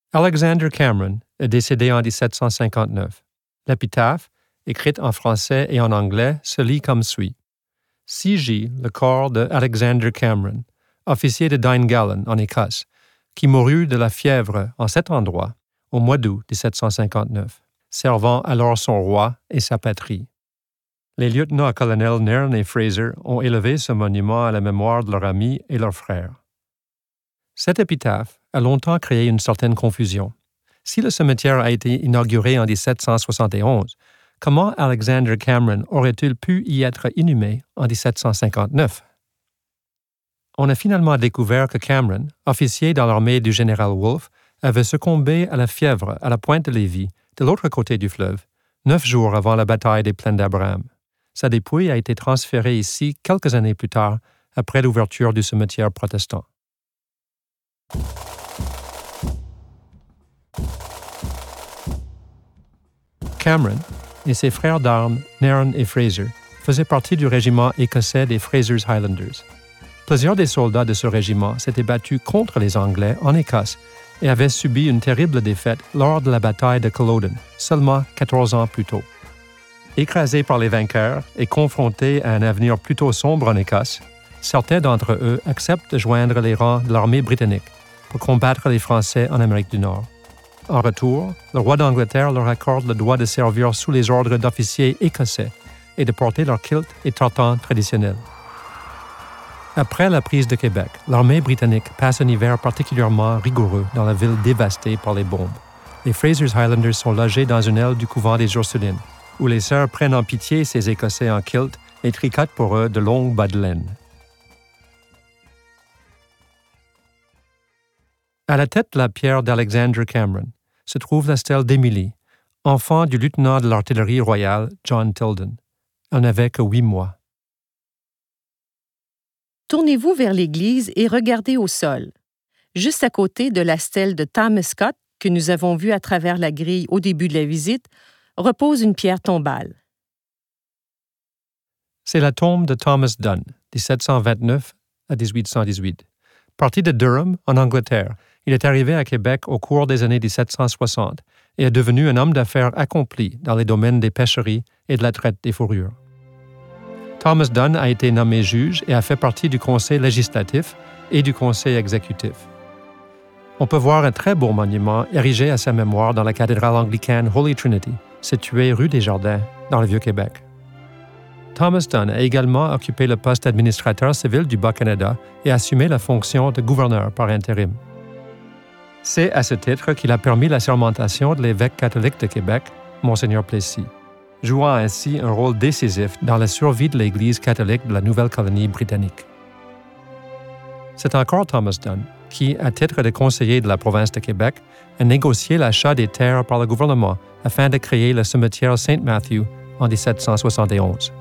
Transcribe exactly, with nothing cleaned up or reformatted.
Alexander Cameron est décédé en dix-sept cent cinquante-neuf. L'épitaphe, écrite en français et en anglais, se lit comme suit. Ci gît le corps de Alexander Cameron, officier de Dyngallen en Écosse, qui mourut de la fièvre en cet endroit au mois d'août dix-sept cent cinquante-neuf, servant alors son roi et sa patrie. Les lieutenants-colonels Nairn et Fraser ont élevé ce monument à la mémoire de leur ami et leur frère. Cette épitaphe a longtemps créé une certaine confusion. Si le cimetière a été inauguré en dix-sept cent soixante et onze, comment Alexander Cameron aurait-il pu y être inhumé en dix-sept cent cinquante-neuf? On a finalement découvert que Cameron, officier dans l'armée du général Wolfe, avait succombé à la fièvre à la pointe de Lévis, de l'autre côté du fleuve, neuf jours avant la bataille des Plaines d'Abraham. Sa dépouille a été transférée ici quelques années plus tard, après l'ouverture du cimetière protestant. Cameron et ses frères d'armes, Nairn et Fraser, faisaient partie du régiment écossais des Fraser's Highlanders. Plusieurs des soldats de ce régiment s'étaient battus contre les Anglais en Écosse et avaient subi une terrible défaite lors de la bataille de Culloden, seulement quatorze ans plus tôt. Écrasés par les vainqueurs et confrontés à un avenir plutôt sombre en Écosse, certains d'entre eux acceptent de joindre les rangs de l'armée britannique pour combattre les Français en Amérique du Nord. En retour, le roi d'Angleterre leur accorde le droit de servir sous les ordres d'officiers écossais et de porter leur kilt et tartan traditionnels. Après la prise de Québec, l'armée britannique passe un hiver particulièrement rigoureux dans la ville dévastée par les bombes. Les Fraser's Highlanders sont logés dans une aile du couvent des Ursulines, où les sœurs prennent en pitié ces Écossais en kilt et tricotent pour eux de longues bas de laine. À la tête de la pierre d'Alexander Cameron se trouve la stèle d'Emily, enfant du lieutenant de l'artillerie royale John Tilden. Elle n'avait que huit mois. Tournez-vous vers l'église et regardez au sol. Juste à côté de la stèle de Thomas Scott, que nous avons vue à travers la grille au début de la visite, repose une pierre tombale. C'est la tombe de Thomas Dunn, dix-sept cent vingt-neuf à dix-huit cent dix-huit. Parti de Durham, en Angleterre, il est arrivé à Québec au cours des années dix-sept cent soixante et est devenu un homme d'affaires accompli dans les domaines des pêcheries et de la traite des fourrures. Thomas Dunn a été nommé juge et a fait partie du conseil législatif et du conseil exécutif. On peut voir un très beau monument érigé à sa mémoire dans la cathédrale anglicane Holy Trinity, située rue des Jardins, dans le Vieux-Québec. Thomas Dunn a également occupé le poste d'administrateur civil du Bas-Canada et assumé la fonction de gouverneur par intérim. C'est à ce titre qu'il a permis la sermentation de l'évêque catholique de Québec, Monseigneur Plessis, jouant ainsi un rôle décisif dans la survie de l'Église catholique de la Nouvelle-Colonie britannique. C'est encore Thomas Dunn qui, à titre de conseiller de la province de Québec, a négocié l'achat des terres par le gouvernement afin de créer le cimetière Saint Matthew en dix-sept cent soixante et onze.